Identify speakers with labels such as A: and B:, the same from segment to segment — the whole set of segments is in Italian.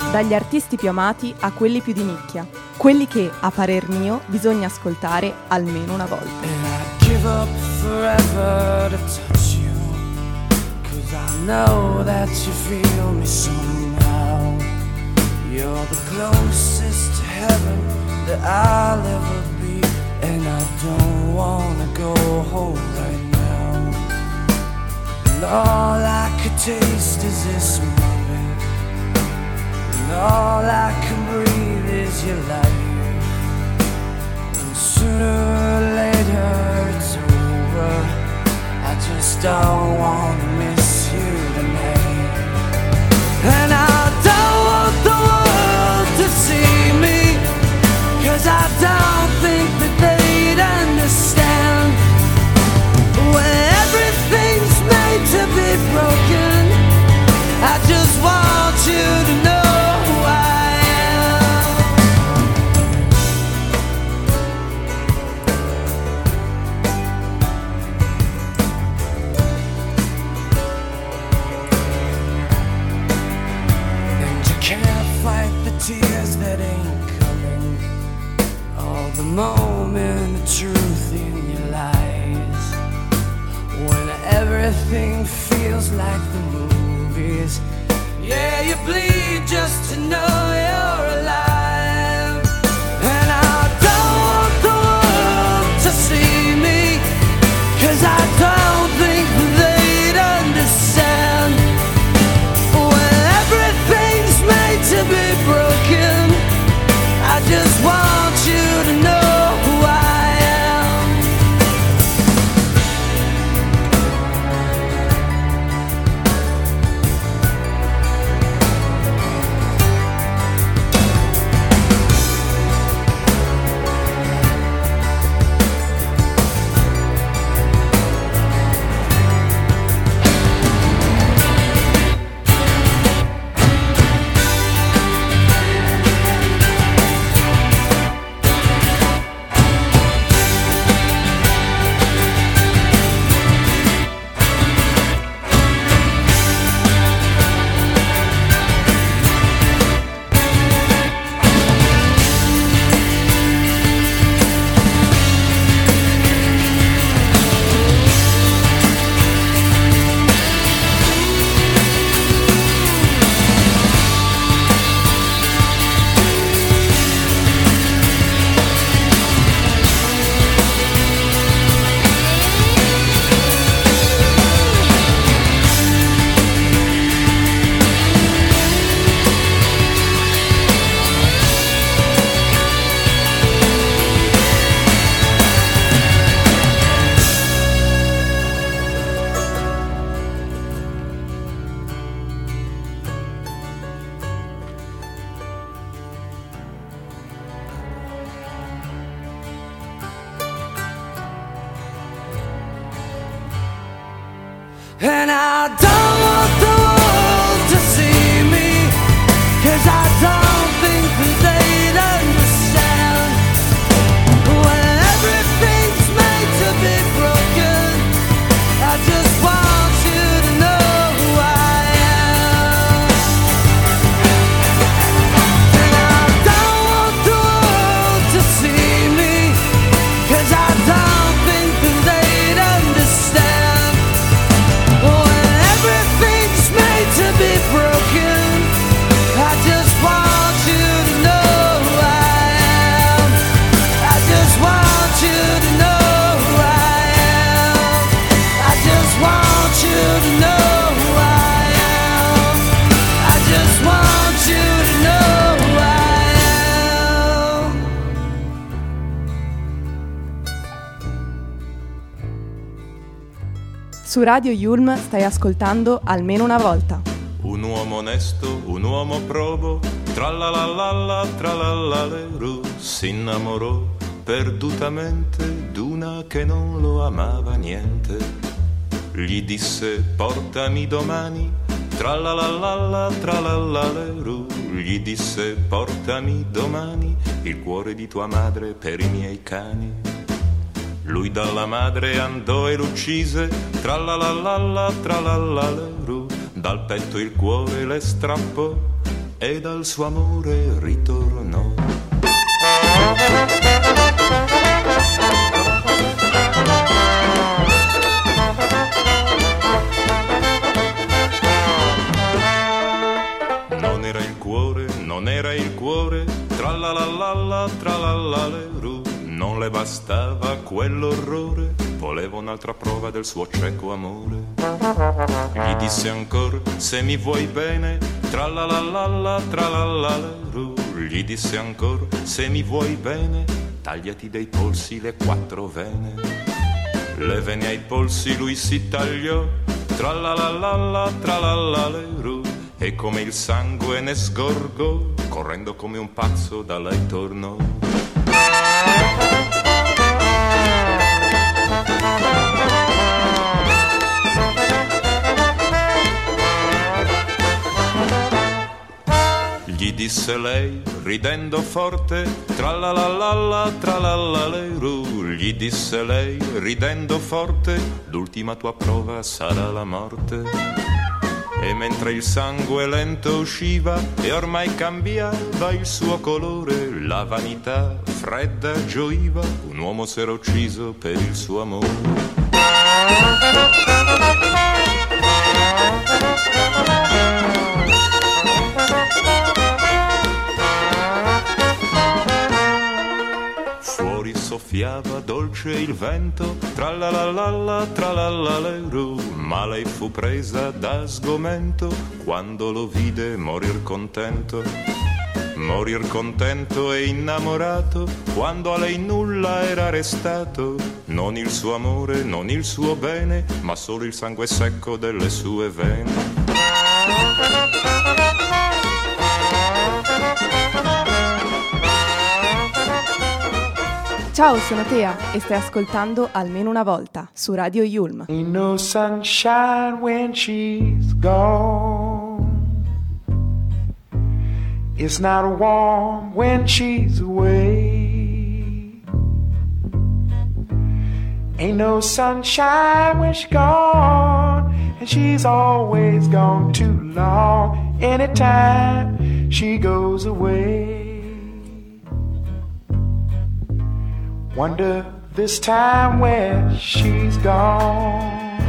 A: Dagli artisti più amati a quelli più di nicchia, quelli che, a parer mio, bisogna ascoltare almeno una volta.
B: And I'd give up forever to touch you, 'cause I know that you feel me somehow. You're the closest to heaven that I'll ever be, and I don't wanna go home right now. And all I could taste is this moment, and all I can breathe is your life. And sooner or later it's over, I just don't wanna miss you tonight. And I don't want the world to see me, 'cause I don't think that they'd understand. When everything's made to be broken, I just want you to know who I am. And you can't fight the tears that ain't coming, all the moment of truth in your lies. When everything feels like the movies, yeah, you bleed just to know you're alive. And I don't want the world to see me, 'cause I don't think they'd understand. When everything's made to be broken, I just want you to know who I am. And I don't want the world to see me, 'cause I don't think that they'd understand. When everything's made to be broken, I just want you to know who I am. And I don't want the world to see me, 'cause I don't think that they'd understand. When everything's made to be broken, I just want you to know who I am. I just want you to know who I am. I just want you to know who I am. I just want you to know who I am.
A: Su Radio Yulm stai ascoltando Almeno una volta.
C: Un uomo onesto, un uomo probo, tralalala, tralalaleru, si innamorò perdutamente d'una che non lo amava niente. Gli disse portami domani, tralalala, tralalaleru, gli disse portami domani il cuore di tua madre per i miei cani. Lui dalla madre andò e l'uccise, tralalala, tralalaleru, dal petto il cuore le strappò e dal suo amore ritornò. Non era il cuore, tralalala, tralalaleru, non le bastava quell'orrore, voleva un'altra prova del suo cieco amore. Gli disse ancora, se mi vuoi bene, tralalala, tralalaleru, gli disse ancora, se mi vuoi bene, tagliati dai polsi le 4 vene. Le vene ai polsi lui si tagliò, tralalala, tralalaleru, e come il sangue ne sgorgò, correndo come un pazzo da lei tornò. Gli disse lei, ridendo forte, tralalala, tralalaleru, gli disse lei, ridendo forte, l'ultima tua prova sarà la morte. E mentre il sangue lento usciva e ormai cambiava il suo colore, la vanità fredda gioiva, un uomo s'era ucciso per il suo amore. Fuori soffiava dolce il vento, tralalala, tralalaleru, ma lei fu presa da sgomento quando lo vide morir contento. Morir contento e innamorato, quando a lei nulla era restato, non il suo amore, non il suo bene, ma solo il sangue secco delle sue vene.
A: Ciao, sono Tea e stai ascoltando Almeno una volta su Radio Yulm.
B: Ain't no sunshine when she's gone. It's not warm when she's away. Ain't no sunshine when she's gone, and she's always gone too long. Anytime she goes away. Wonder this time where she's gone.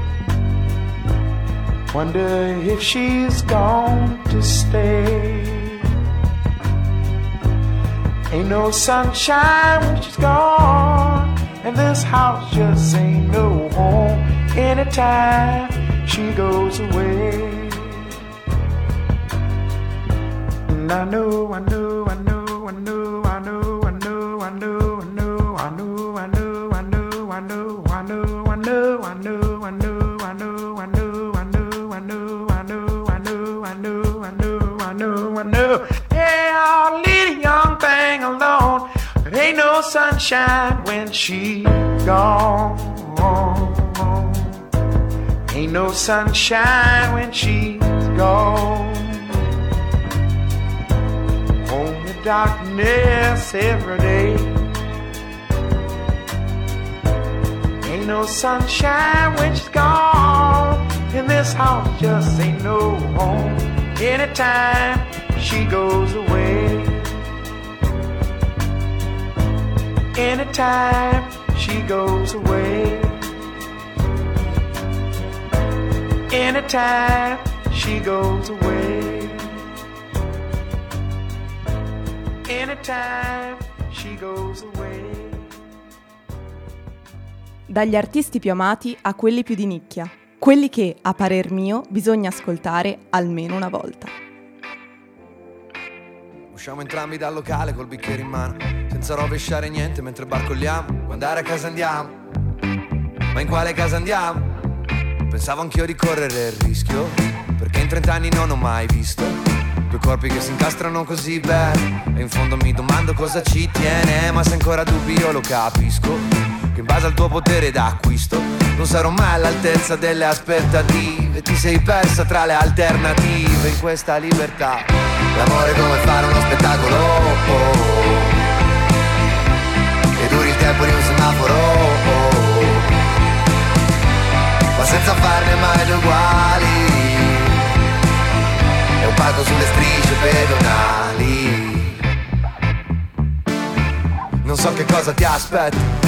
B: Wonder if she's gone to stay. Ain't no sunshine when she's gone, and this house just ain't no home. Anytime she goes away. And I know, I know, I know, I know, I know, I know, I know. Hey, I'll leave a young thing alone. But ain't no sunshine when she's gone. Ain't no sunshine when she's gone. Only darkness every day. Ain't no sunshine when she's gone, and this house just ain't no home. Anytime she goes away. Anytime she goes away. Anytime she goes away. Anytime she goes away.
A: Dagli artisti più amati a quelli più di nicchia, quelli che, a parer mio, bisogna ascoltare almeno una volta.
D: Usciamo entrambi dal locale col bicchiere in mano, senza rovesciare niente mentre barcolliamo. Guardare a casa andiamo, ma in quale casa andiamo? Pensavo anch'io di correre il rischio, perché in 30 anni non ho mai visto due corpi che si incastrano così bene. E in fondo mi domando cosa ci tiene, ma se ancora dubbi io lo capisco, che in base al tuo potere d'acquisto non sarò mai all'altezza delle aspettative. Ti sei persa tra le alternative in questa libertà. L'amore è come fare uno spettacolo, che duri il tempo di un semaforo, ma senza farne mai due uguali. È un parco sulle strisce pedonali. Non so che cosa ti aspetta.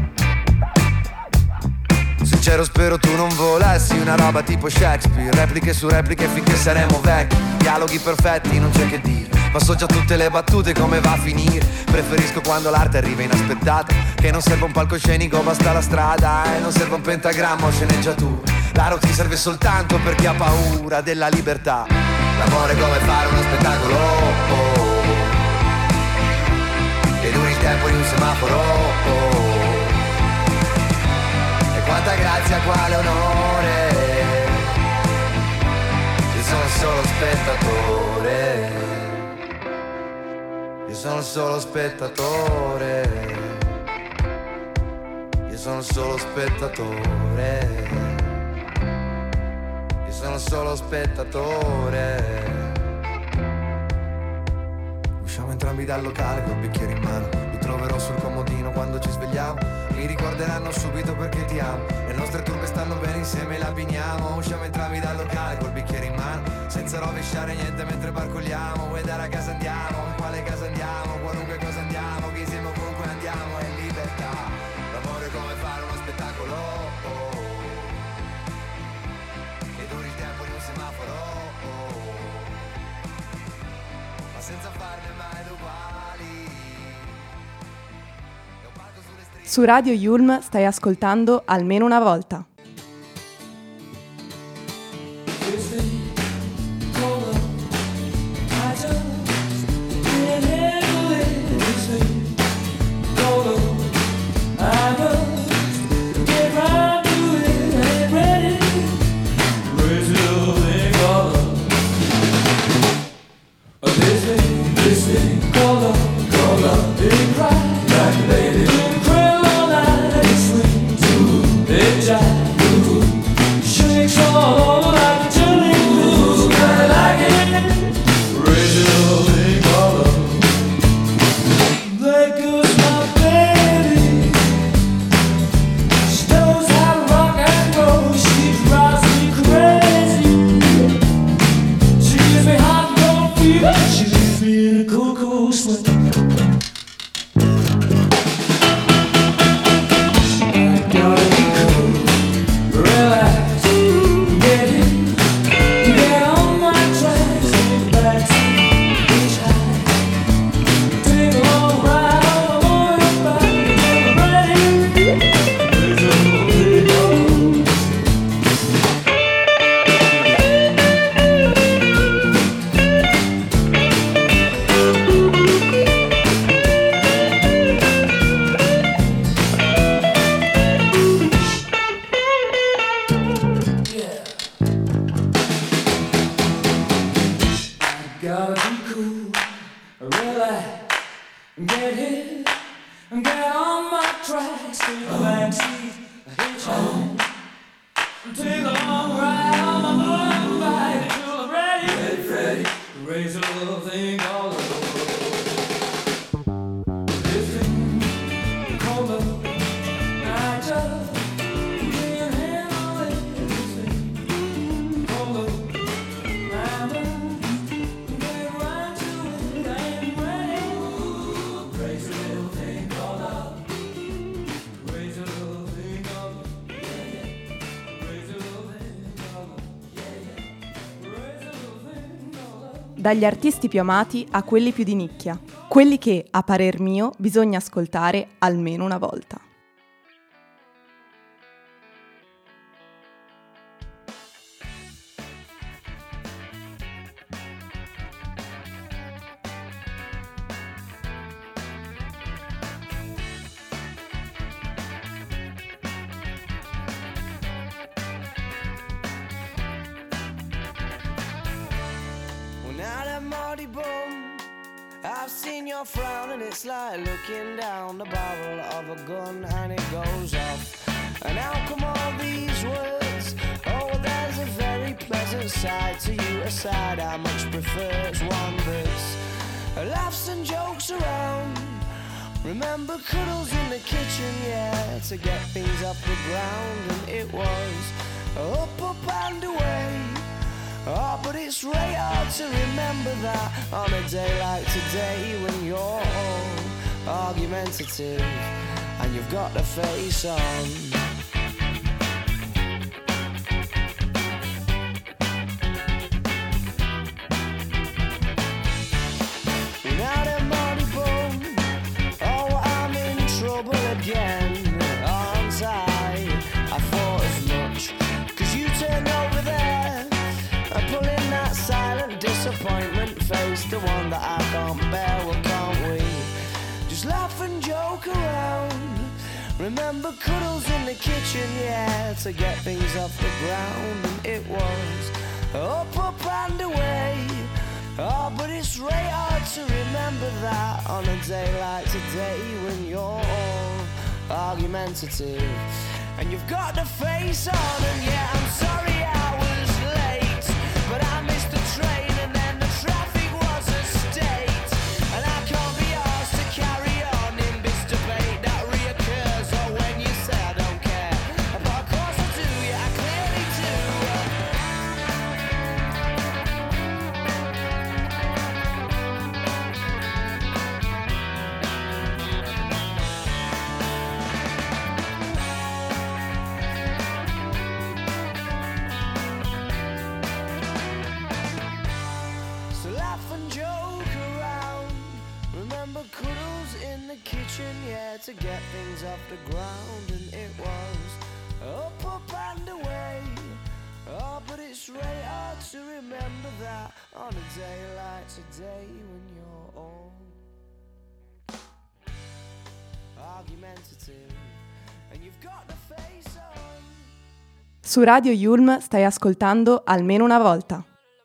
D: Sincero spero tu non volessi una roba tipo Shakespeare, repliche su repliche finché saremo vecchi, dialoghi perfetti, non c'è che dire, ma so già tutte le battute come va a finire. Preferisco quando l'arte arriva inaspettata, che non serve un palcoscenico, basta la strada, e non serve un pentagramma o sceneggiatura. L'aro ti serve soltanto per chi ha paura della libertà. L'amore è come fare uno spettacolo, che duri il tempo di un semaforo. Quanta grazia, quale onore. Io sono solo spettatore. Io sono solo spettatore. Io sono solo spettatore. Io sono solo spettatore. Usciamo entrambi dal locale col bicchiere in mano. Lo troverò sul comodino quando ci svegliamo. Mi ricorderanno subito perché ti amo. Le nostre turbe stanno bene insieme, le abbiniamo. Usciamo entrambi dal locale col bicchiere in mano, senza rovesciare niente mentre barcolliamo. Vuoi dare a casa andiamo, in quale casa andiamo, qualunque cosa andiamo, che insieme ovunque andiamo è libertà. L'amore è come fare uno spettacolo, che duri il tempo di un semaforo, ma senza farne mai uguali.
A: Su Radio Yulm stai ascoltando Almeno una volta. Dagli artisti più amati a quelli più di nicchia, quelli che, a parer mio, bisogna ascoltare almeno una volta.
B: I've seen your frown and it's like looking down the barrel of a gun and it goes off. And how come all these words? Oh, there's a very pleasant side to you, a side I much prefer. It's one that's laughs and jokes around. Remember cuddles in the kitchen, yeah, to get things off the ground. And it was up, up and away. Oh, but it's really hard to remember that on a day like today when you're all argumentative and you've got the face on. Without a money bone, oh, I'm in trouble again, aren't I thought as much, 'cause you turned over there and pulling that silent disappointment face, the one that I can't bear. Well, can't we just laugh and joke around? Remember cuddles in the kitchen, yeah, to get things off the ground. And it was up and away. Oh, but it's really hard to remember that on a day like today when you're all argumentative and you've got the face on. And yeah, I'm sorry I was late, but I missed the train and then the traffic was a state, and I can't be asked to carry on in this debate that reoccurs. Or when you say I don't care, but of course I do, yeah, I clearly do. So laugh and joke around. Remember cuddles in the kitchen, yeah, to get things off the ground. And it was up and away. Oh, but it's really hard to remember that on a day like today when you're all argumentative and you've got the face on.
A: Su Radio Yulm stai ascoltando Almeno una volta.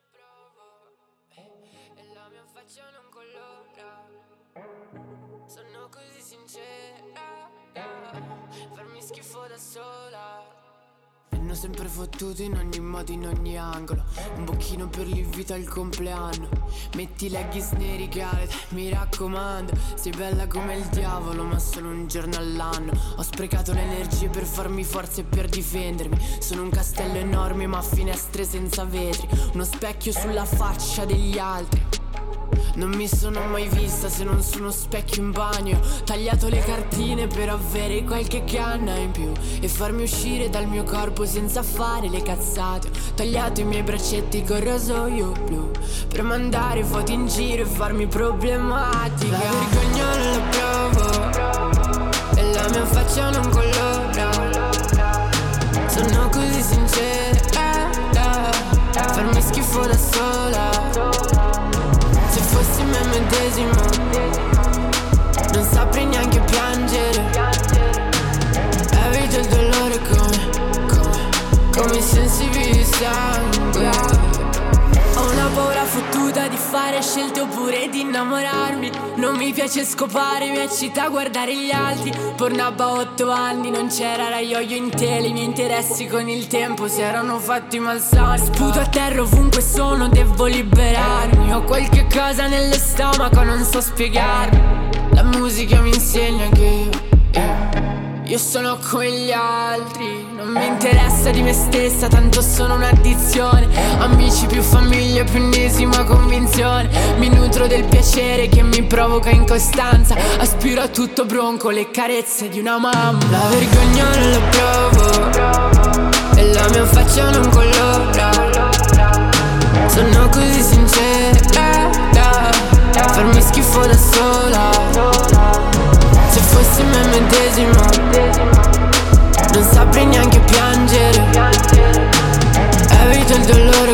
E: E la mia faccia non colora. Sono così sincera, farmi schifo da sola. Hanno sempre fottuto in ogni modo, in ogni angolo. Un bocchino per l'invito al compleanno. Metti i leggings neri cale, mi raccomando. Sei bella come il diavolo, ma solo un giorno all'anno. Ho sprecato le energie per farmi forza e per difendermi. Sono un castello enorme ma finestre senza vetri. Uno specchio sulla faccia degli altri. Non mi sono mai vista se non su uno specchio in bagno. Ho tagliato le cartine per avere qualche canna in più e farmi uscire dal mio corpo senza fare le cazzate. Ho tagliato i miei braccetti col rasoio blu per mandare foto in giro e farmi problematica. La vergogna non la provo e la mia faccia non colora. Sono così sincera, farmi schifo da sola. Se fossi me medesimo non saprei neanche piangere. Evito il dolore come i sensi di sangue. Ho una paura fottuta di fare scelte oppure di innamorarmi. Non mi piace scopare, mi eccita guardare gli altri. Pornhub a 8 anni, non c'era la yo-yo in tele. I miei interessi con il tempo si erano fatti malsani. Sputo a terra ovunque sono, devo liberarmi. Ho qualche cosa nello stomaco, non so spiegarmi. La musica mi insegna che io sono come gli altri. Non mi interessa di me stessa, tanto sono un'addizione. Amici più famiglia, più ennesima convinzione. Mi nutro del piacere che mi provoca incostanza. Aspiro a tutto bronco, le carezze di una mamma. La vergogna non la provo e la mia faccia non colora. Sono così sincera, farmi schifo da sola. Se fossi me medesimo non saprei neanche piangere. Evito il dolore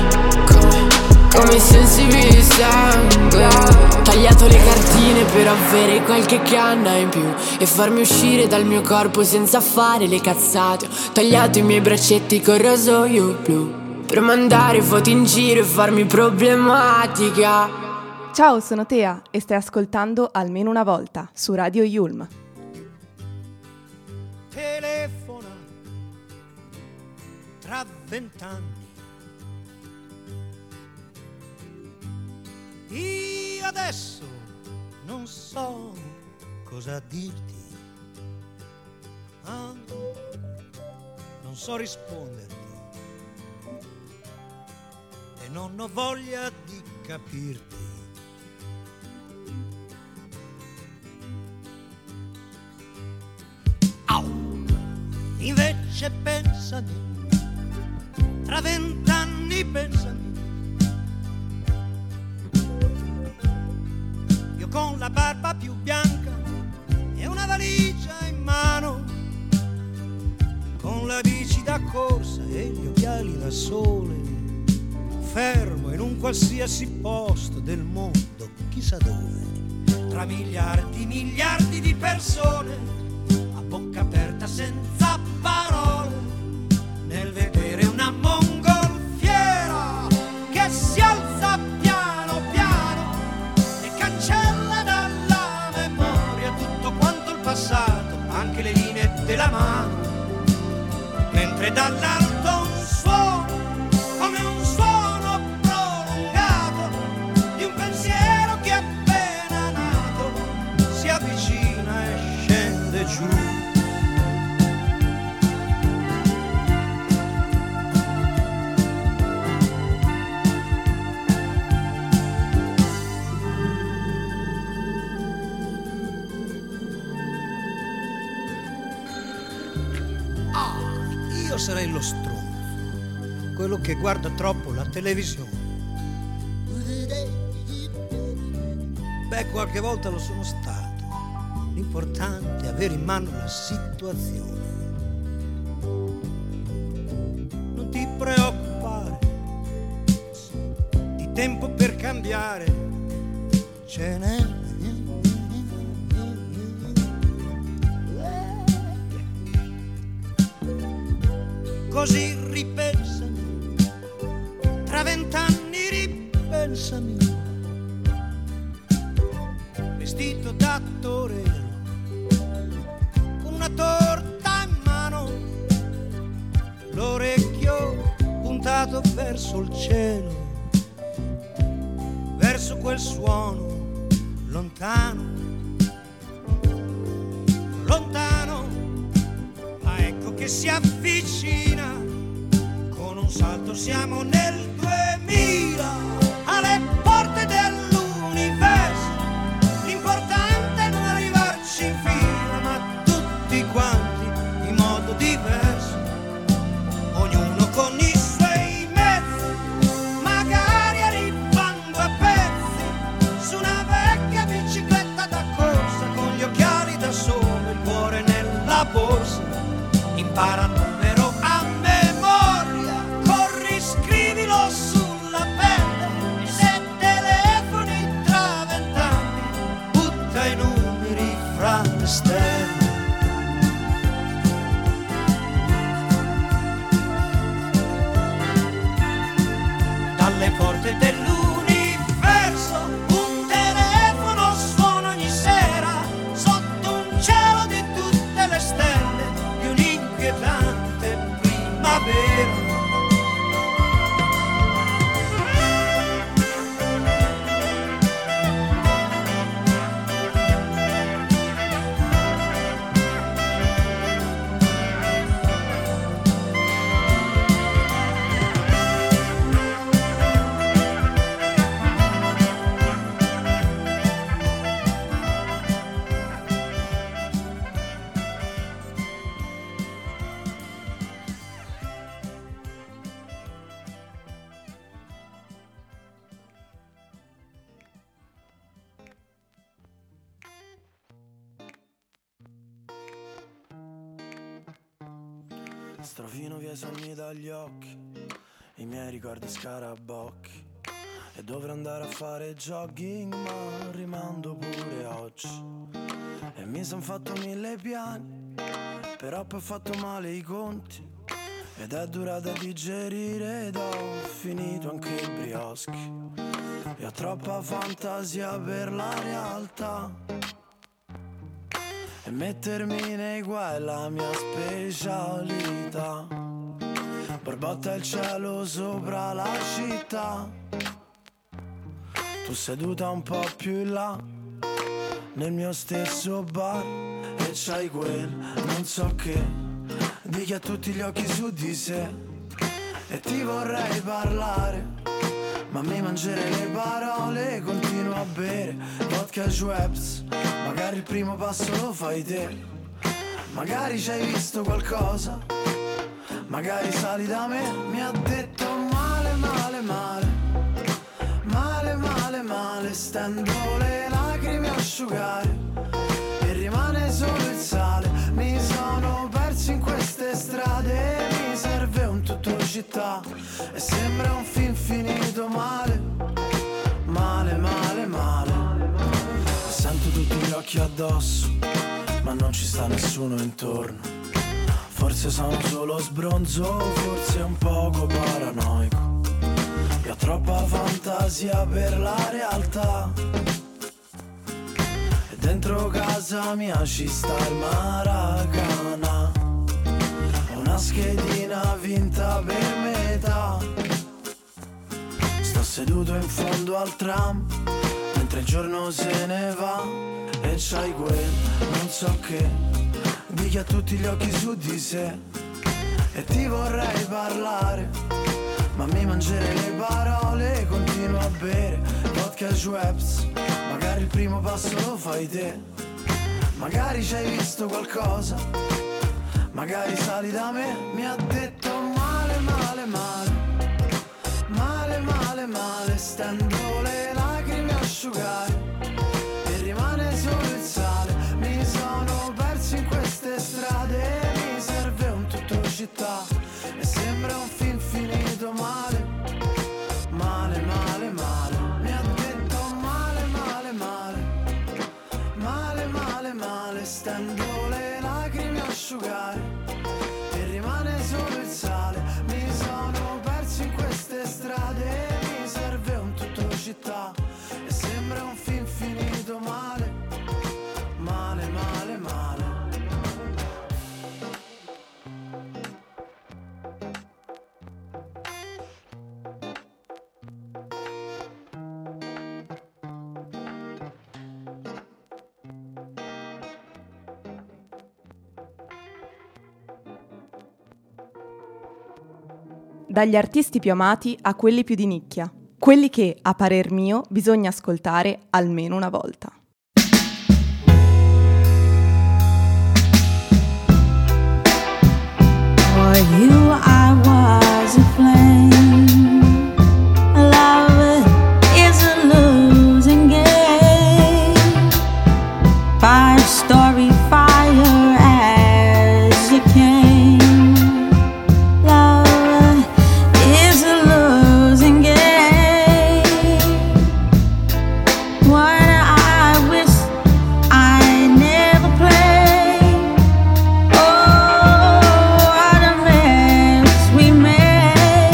E: come i sensibili di sangue. Ho tagliato le cartine per avere qualche canna in più e farmi uscire dal mio corpo senza fare le cazzate. Ho tagliato i miei braccetti col rasoio blu per mandare foto in giro e farmi problematica.
A: Ciao, sono Tea e stai ascoltando Almeno una volta su Radio Yulm.
F: Telefona tra 20 anni. Io adesso non so cosa dirti. Non so risponderti. e non ho voglia di capirti. Invece pensami, tra 20 anni pensami, io con la barba più bianca e una valigia in mano, con la bici da corsa e gli occhiali da sole, fermo in un qualsiasi posto del mondo, chissà dove, tra miliardi di persone, bocca aperta senza parole, nel vedere una mongolfiera che si alza piano piano e cancella dalla memoria tutto quanto il passato, anche le linee della mano, mentre dall'alto un suono, come un suono prolungato di un pensiero che è appena nato, si avvicina e scende giù. Sarei lo stronzo, quello che guarda troppo la televisione. Beh, qualche volta lo sono stato. L'importante è avere in mano la situazione. Non ti preoccupare, di tempo per cambiare ce n'è. Così ripensami, tra 20 anni ripensami, vestito da torero, con una torta in mano, l'orecchio puntato verso il cielo, verso quel suono lontano, lontano, ma ecco che si avvicina. Con un salto siamo nel 2000, alle porte dell'universo. L'importante è non arrivarci in fila, ma tutti quanti in modo diverso, ognuno con i suoi mezzi, magari arrivando a pezzi, su una vecchia bicicletta da corsa, con gli occhiali da sole, il cuore nella borsa. Impara il numero a memoria, corri, scrivilo sulla pelle, e se telefoni tra 20 anni, butta i numeri fra le stelle. Dalle porte dell'universo un telefono suona ogni sera, sotto un cielo di tutte le stelle, di un'inquietante primavera.
B: Strofino via i sogni dagli occhi, i miei ricordi scarabocchi, e dovrò andare a fare jogging ma rimando pure oggi. E mi son fatto 1000 piani, però poi ho fatto male i conti, ed è dura da digerire ed ho finito anche i brioschi. E ho troppa fantasia per la realtà, e mettermi nei guai è la mia specialità. Borbotta il cielo sopra la città, tu seduta un po' più in là, nel mio stesso bar, e c'hai quel non so che, di chi ha tutti gli occhi su di sé. E ti vorrei parlare, ma mi mangerei le parole. Continuo a bere vodka e Schweppes, magari il primo passo lo fai te. Magari ci hai visto qualcosa, magari sali da me. Mi ha detto male, male, male, male, male, male. Stendo le lacrime a asciugare e rimane solo il sale. Mi sono perso in queste strade, mi serve un tutto città e sembra un film finito male, male, male, male. Sento tutti gli occhi addosso, ma non ci sta nessuno intorno. Forse sono solo sbronzo, forse un poco paranoico. Io ho troppa fantasia per la realtà e dentro casa mia ci sta il Maracana. Ho una schedina vinta per metà. Sto seduto in fondo al tram mentre il giorno se ne va e c'hai quel non so che di chi ha tutti gli occhi su di sé e ti vorrei parlare, ma mi mangerei le parole. Continuo a bere vodka e Schweppes, magari il primo passo lo fai te. Magari ci hai visto qualcosa, magari sali da me. Mi ha detto male, male, male, male, male, male. Stendo le lacrime a asciugare e rimane solo il sale. Mi sono perso in queste strade, mi serve un tutto città e sembra un film finito male, male, male, male. Mi ha detto male, male, male, male, male, male. Stendo le lacrime a asciugare e rimane solo il sale. Mi sono perso in queste strade, mi serve un tutto città e sembra un film finito male, male, male, male.
A: Dagli artisti più amati a quelli più di nicchia, quelli che, a parer mio, bisogna ascoltare almeno una volta.
G: For you I was a flame. Love is a losing game. 5-story fire as you came. Love is a losing game. One I wish I never played. Oh, what a mess we made.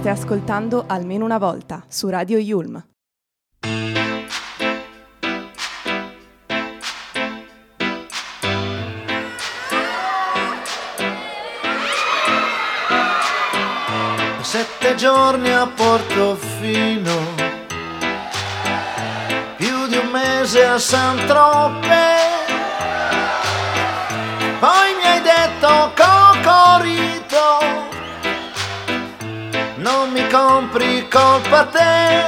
A: Stai ascoltando Almeno una volta su Radio Yulm.
H: Sette giorni a Portofino, più di un mese a Saint-Tropez. Poi mi hai detto Cocorito, non mi compri colpa te.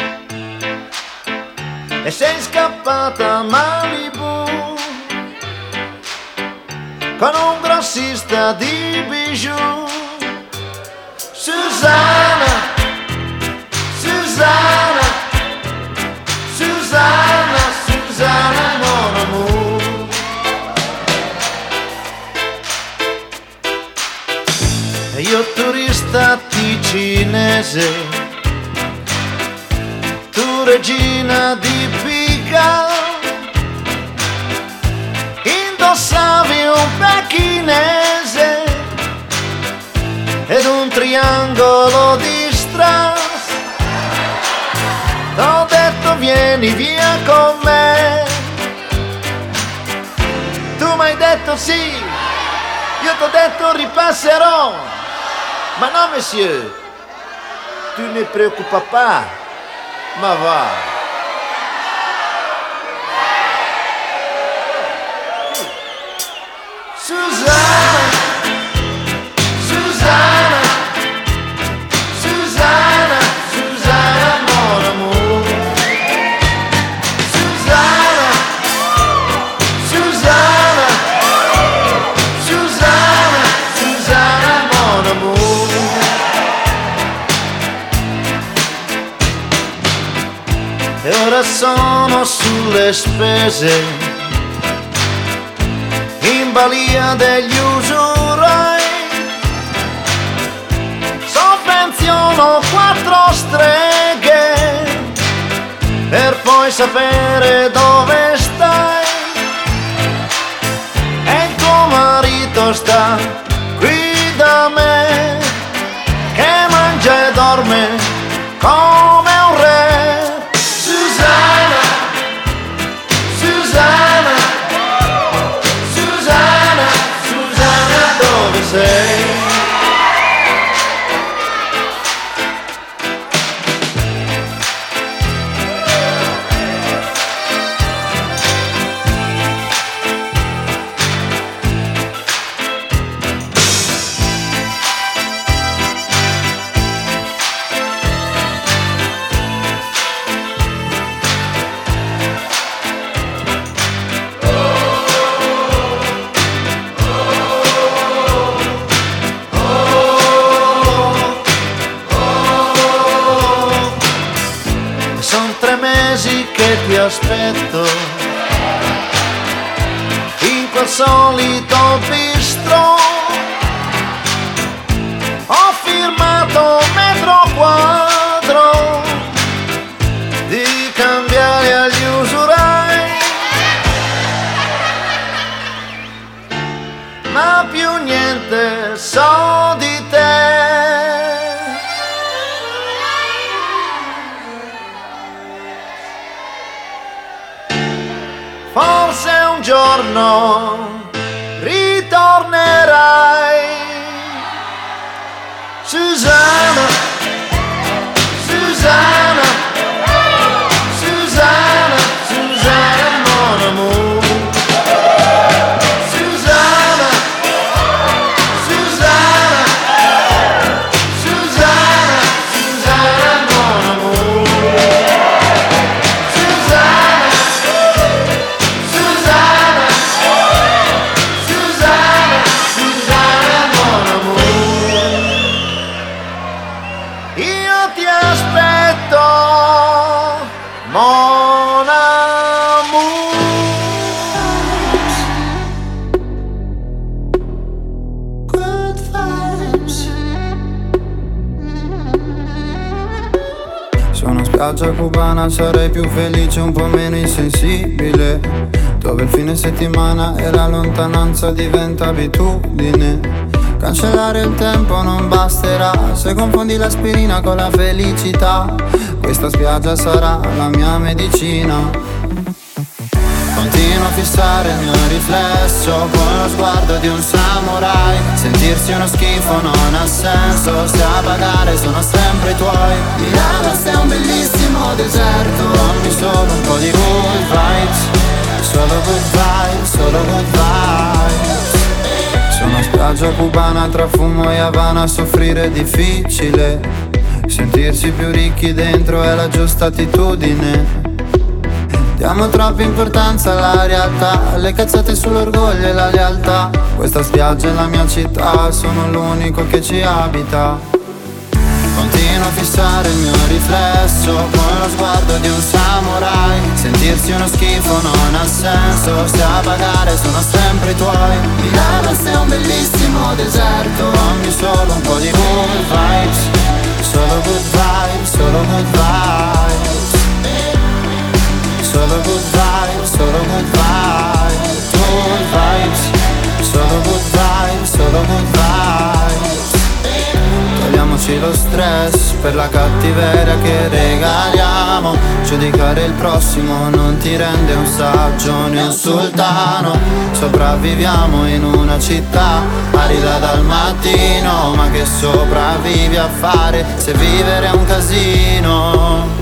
H: E sei scappata a Malibu con un grossista di bijou. Susanna, Susanna, Susanna, Susanna, mon amour. E io turista ticinese, tu regina di Pica, indossavi un pechinese ed un triangolo di strass. T'ho detto vieni via con me, tu m'hai detto sì, io t'ho detto ripasserò. Ma no monsieur, tu ne preoccupa pas, ma va. Susanna, Susanna, Susanna, Susanna, mon amour. Susanna, Susanna, Susanna, Susanna, mon amour. E ora sono sulle spese, in balia degli usurai. Sovvenziono 4 streghe per poi sapere dove stai. E il tuo marito sta qui da me, che mangia e dorme come un re. Susanna, Susanna, Susanna, Susanna, dove sei? Che ti aspetto in quel solito bistro. Ho firmato metro quadro di cambiare agli usurai, ma più niente so di te. Forse un giorno ritornerai. Susanna, Susanna, Susanna, Susanna, mon amour. Susanna, Susanna, Susanna, Susanna, mon amour. Susanna, Susanna, Susanna, Susanna, mon amour. Io ti aspetto, mon amour. Good vibes.
I: Su una spiaggia cubana sarei più felice, un po' meno insensibile, dove il fine settimana e la lontananza diventa abitudine. Cancellare il tempo non basterà se confondi l'aspirina con la felicità. Questa spiaggia sarà la mia medicina. Continuo a fissare il mio riflesso con lo sguardo di un samurai. Sentirsi uno schifo non ha senso se a pagare sono sempre i tuoi. Milano sei un bellissimo deserto, dammi solo un po' di good vibes. Solo good vibes, solo good vibes. Su una spiaggia cubana tra fumo e Havana a soffrire è difficile. Sentirsi più ricchi dentro è la giusta attitudine. Diamo troppa importanza alla realtà, le cazzate sull'orgoglio e la lealtà. Questa spiaggia è la mia città, sono l'unico che ci abita. Continuo a fissare il mio riflesso con lo sguardo di un samurai. Sentirsi uno schifo non ha senso se a pagare sono sempre i tuoi. Milano sei un bellissimo deserto, dammi solo un po' di good vibes. Solo good vibes, solo good vibes. Solo good vibes, solo good vibes. Good vibes, solo good vibes, solo good vibes. Togliamoci lo stress per la cattiveria che regaliamo. Giudicare il prossimo non ti rende un saggio né un sultano. Sopravviviamo in una città arida dal mattino, ma che sopravvivi a fare se vivere è un casino.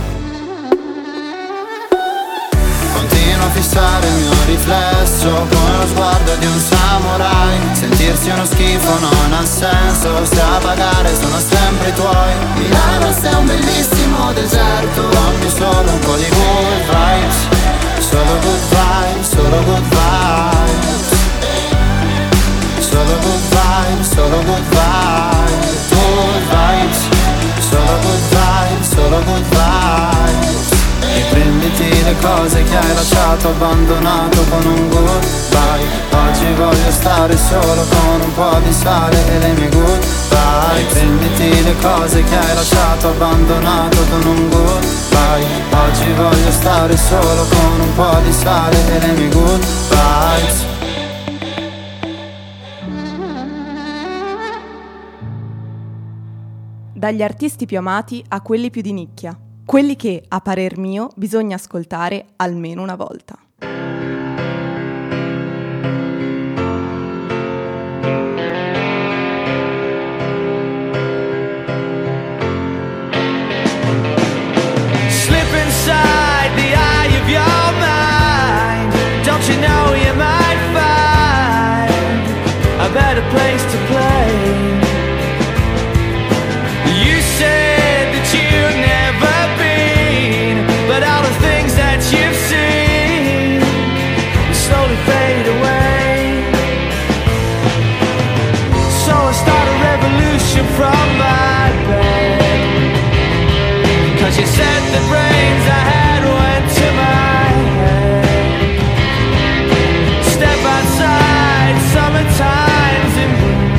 I: Continuo a fissare il mio riflesso con lo sguardo di un samurai. Sentirsi uno schifo non ha senso se a pagare sono sempre i tuoi. Milano sei un bellissimo deserto, dammi solo un po' di good vibes. Solo good vibes, solo good vibes. Solo good vibes, solo good vibes. Good vibes, solo good vibes, solo good vibes. E prenditi le cose che hai lasciato abbandonato con un goodbye. Oggi voglio stare solo con un po' di sale e le mie goodbye. Prenditi le cose che hai lasciato abbandonato con un goodbye. Oggi voglio stare solo con un po' di sale e le mie goodbye.
A: Dagli artisti più amati a quelli più di nicchia. Quelli che, a parer mio, bisogna ascoltare almeno una volta.
B: Slip inside the eye of your mind. Don't you know you might find a better place to play? You said that you never but all the things that you've seen slowly fade away. So I start a revolution from my bed, 'cause you said the brains I had went to my head. Step outside, summertime's in bloom.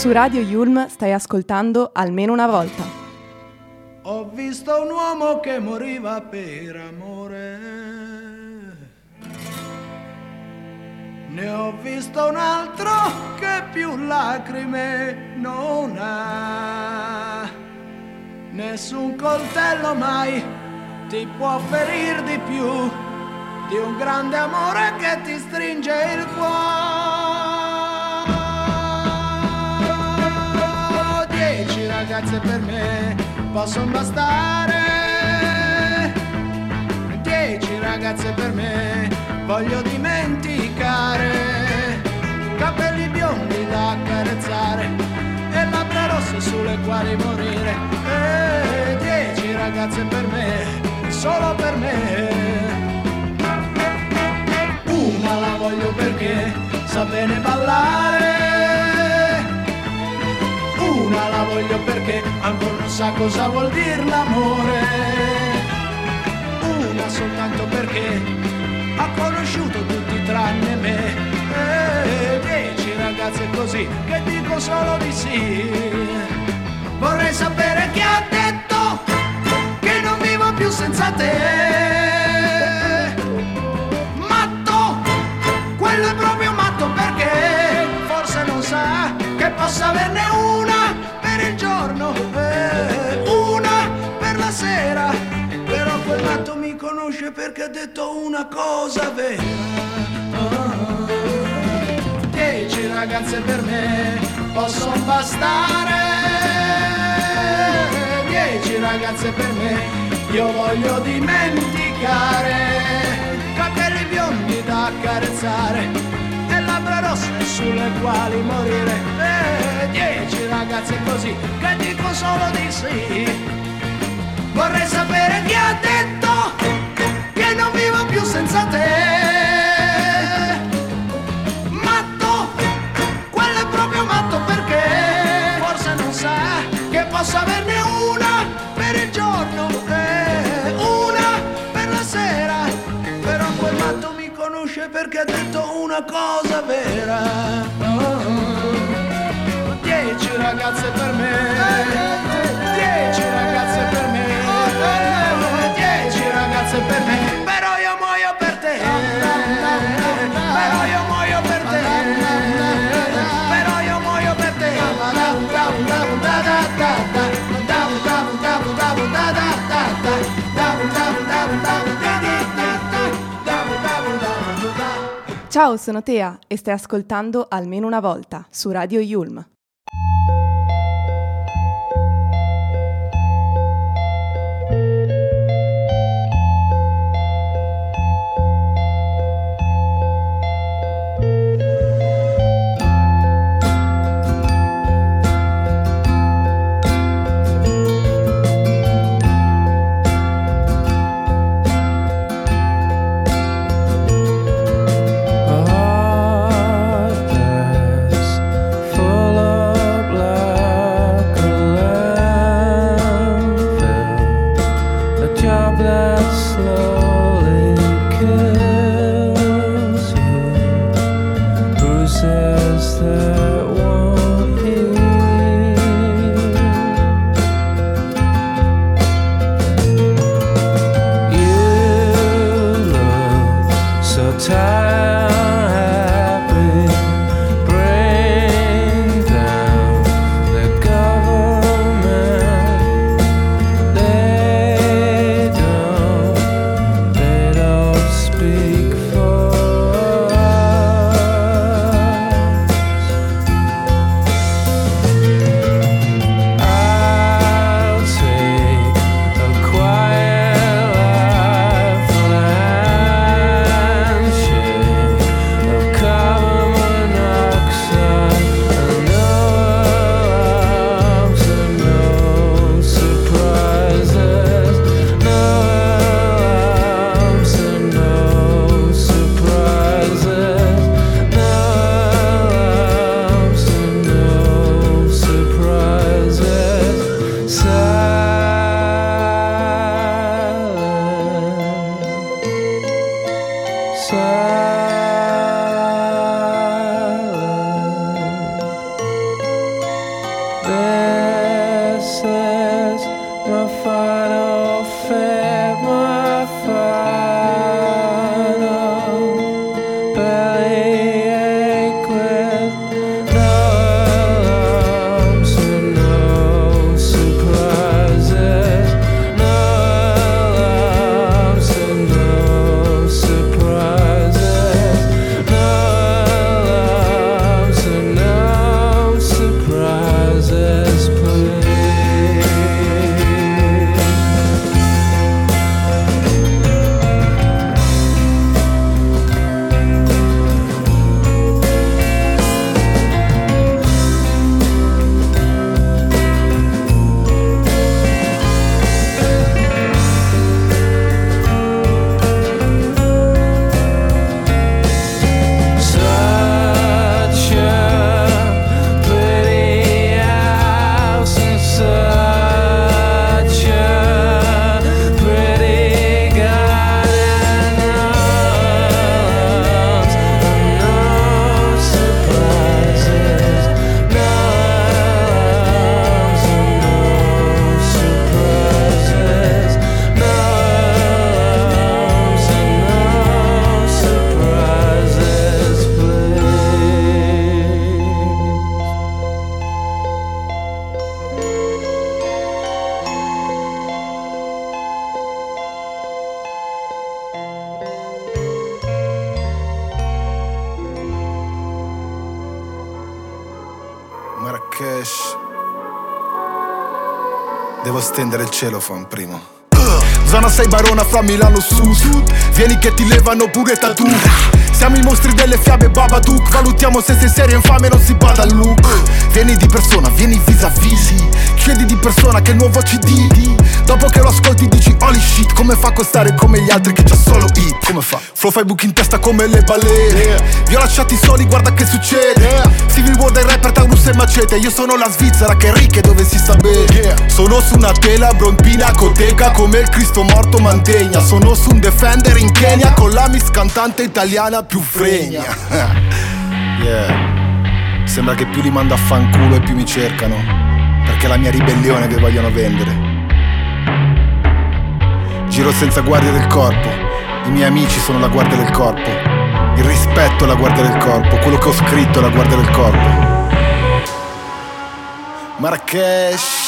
A: Su Radio Yulm stai ascoltando Almeno una volta.
F: Ho visto un uomo che moriva per amore, ne ho visto un altro che più lacrime non ha. Nessun coltello mai ti può ferir di più di un grande amore che ti stringe il cuore. 10 ragazze per me possono bastare, 10 ragazze per me voglio dimenticare, capelli biondi da accarezzare e labbra rosse sulle quali morire. 10 ragazze per me, solo per me. Una la voglio perché sa bene ballare, una la voglio perché ancora non sa cosa vuol dire l'amore, una soltanto perché ha conosciuto tutti tranne me. 10 ragazze così che dico solo di sì. Vorrei sapere chi ha detto che non vivo più senza te. Matto, quello è proprio matto perché forse non sa che possa averne una per il giorno, una per la sera. Però quel matto mi conosce perché ha detto una cosa vera. 10 ragazze per me possono bastare, 10 ragazze per me io voglio dimenticare, capelli biondi da accarezzare e labbra rosse sulle quali morire. 10 ragazze così che dico solo di sì. Vorrei sapere chi ha detto che non vivo più senza te. Matto, quello è proprio matto perché forse non sa che posso averne una per il giorno, una per la sera. Però quel matto mi conosce perché ha detto una cosa vera. 10 ragazze per me, 10 ragazze per me, 10 ragazze per me. Però io muoio per te, però io muoio per te, però io muoio per te.
A: Ciao, sono Tea e stai ascoltando Almeno una volta su Radio Yulm.
B: final fate, my final bellyache with no alarms and no surprises, no alarms and no surprises, no alarms and no surprises, please. Such a pretty house and such a pretty garden, no surprises, no alarms and no surprises, no alarms and no surprises, please.
J: Marrakesh. Devo stendere il celofan prima. Zona 6 Barona fra Milano Sud. Vieni che ti levano pure tattoo. Siamo i mostri delle fiabe Babadook. Valutiamo se sei serio e infame non si bada al look. Vieni di persona, vieni vis-a-vis. Chiedi di persona che il nuovo CD. Dopo che lo ascolti dici holy shit. Come fa a costare come gli altri che c'ha solo hit? Come fa? Flow fai buchi in testa come le balene. Vi ho lasciati soli, guarda che succede. Civil War dei rapper, Taurus e Macete. Io sono la Svizzera che è ricca e dove si sta bene. Sono su una tela, bro in pinacoteca come il Cristo morto Mantegna. Sono su un Defender in Kenya con la miss cantante italiana più fregna. Yeah. Sembra che più li mando a fanculo e più mi cercano, perché è la mia ribellione che vogliono vendere. Giro senza guardia del corpo. I miei amici sono la guardia del corpo. Il rispetto è la guardia del corpo. Quello che ho scritto è la guardia del corpo. Marrakesh.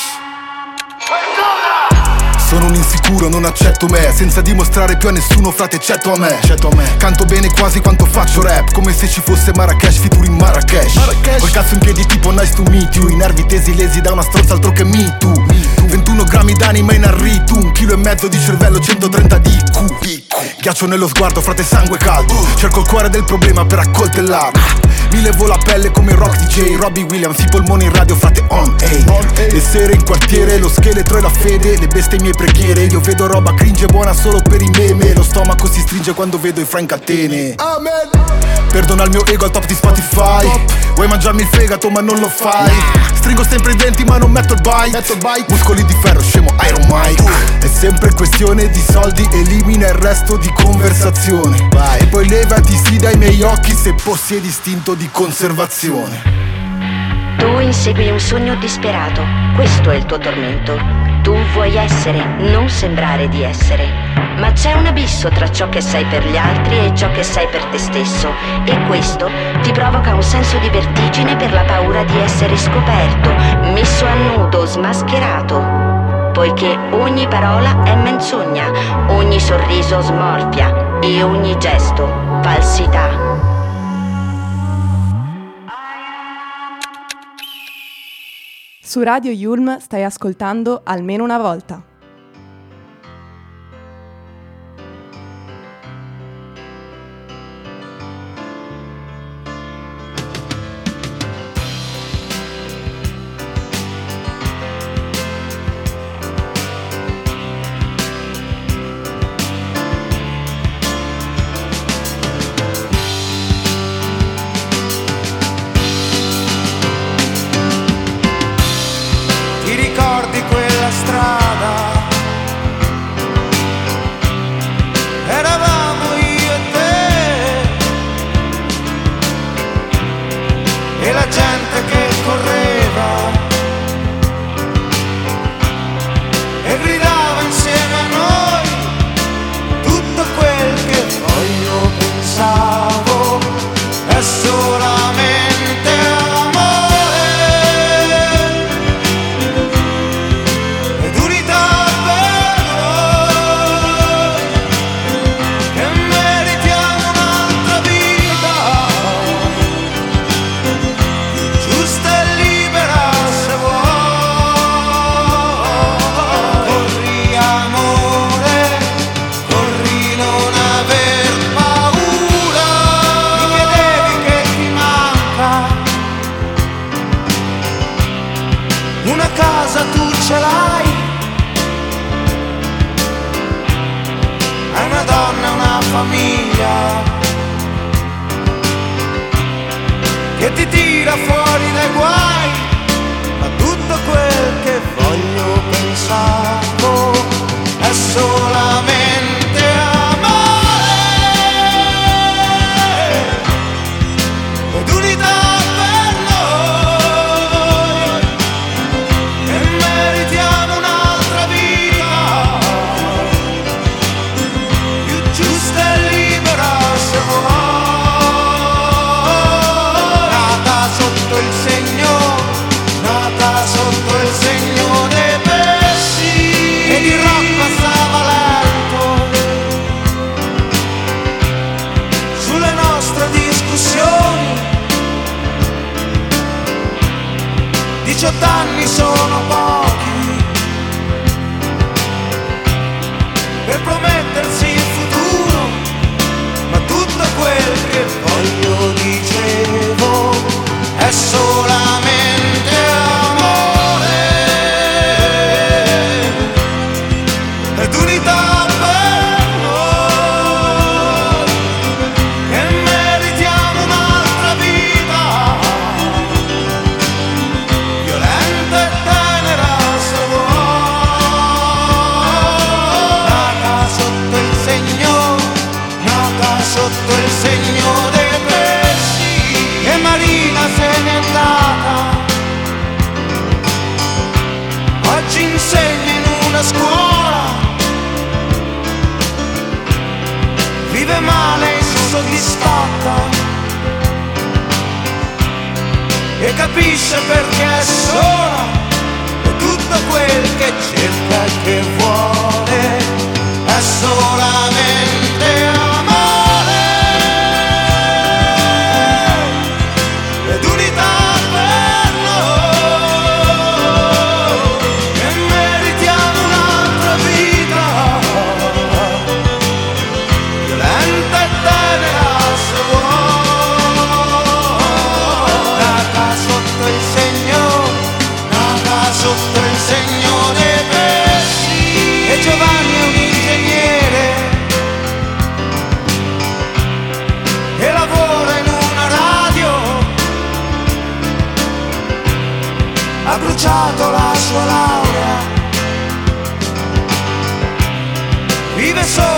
J: Sono un insicuro, non accetto me. Senza dimostrare più a nessuno, frate, eccetto a me. Canto bene quasi quanto faccio rap. Come se ci fosse Marrakesh, featuring Marrakesh. Col cazzo in piedi tipo nice to meet you. I nervi tesi lesi da una stronza altro che me too. 21 grammi d'anima in arritu. 1,5 kg di cervello, 130 di IQ. Ghiaccio nello sguardo, frate, sangue caldo. Cerco il cuore del problema per accoltellarlo. Mi levo la pelle come Rock DJ. Robbie Williams, i polmoni in radio, frate, on air. Le sere in quartiere, lo scheletro e la fede. Le bestie mie preghiere. Io vedo roba cringe buona solo per i meme. Lo stomaco si stringe quando vedo i fra in catene. Amen. Perdona il mio ego al top di Spotify. Vuoi mangiarmi il fegato ma non lo fai. Stringo sempre i denti ma non metto il bite. Muscoli di ferro, scemo Iron Mike. È sempre questione di soldi, elimina il resto di conversazione. E poi levati sì dai miei occhi se possiedi istinto di conservazione.
K: Tu insegui un sogno disperato, questo è il tuo tormento. Tu vuoi essere, non sembrare di essere. Ma c'è un abisso tra ciò che sei per gli altri e ciò che sei per te stesso. E questo ti provoca un senso di vertigine per la paura di essere scoperto, messo a nudo, smascherato. Poiché ogni parola è menzogna, ogni sorriso smorfia e ogni gesto falsità.
A: Su Radio Yulm stai ascoltando Almeno una volta.
F: Ti ricordi quella strada famiglia che ti tira fuori dai guai, ma tutto quel che voglio pensavo è solamente amore ed unità per noi, e meritiamo un'altra vita più giusta e libera se vuoi. Nata sotto il segno dei pesci, ed il rock passava lento sulle nostre discussioni. 18 anni sono pochi per promettersi il futuro, ma tutto quel che voglio, dicevo, è solamente amore ed unità per noi, e meritiamo un'altra vita violenta e tenera se vuoi. Nata sotto il segno dei pesci, e Marina se n'è andata. Oggi insegna in una scuola, vive male insoddisfatta e capisce perché è sola, e tutto quel che cerca e che vuole è solamente amore ed unità per noi, e meritiamo un'altra vita violenta e tenera se vuoi. Nata sotto il segno dei pesci, e Giovanni è un ingegnere e lavora in una radio. Ha bruciato la sua laurea, vive solo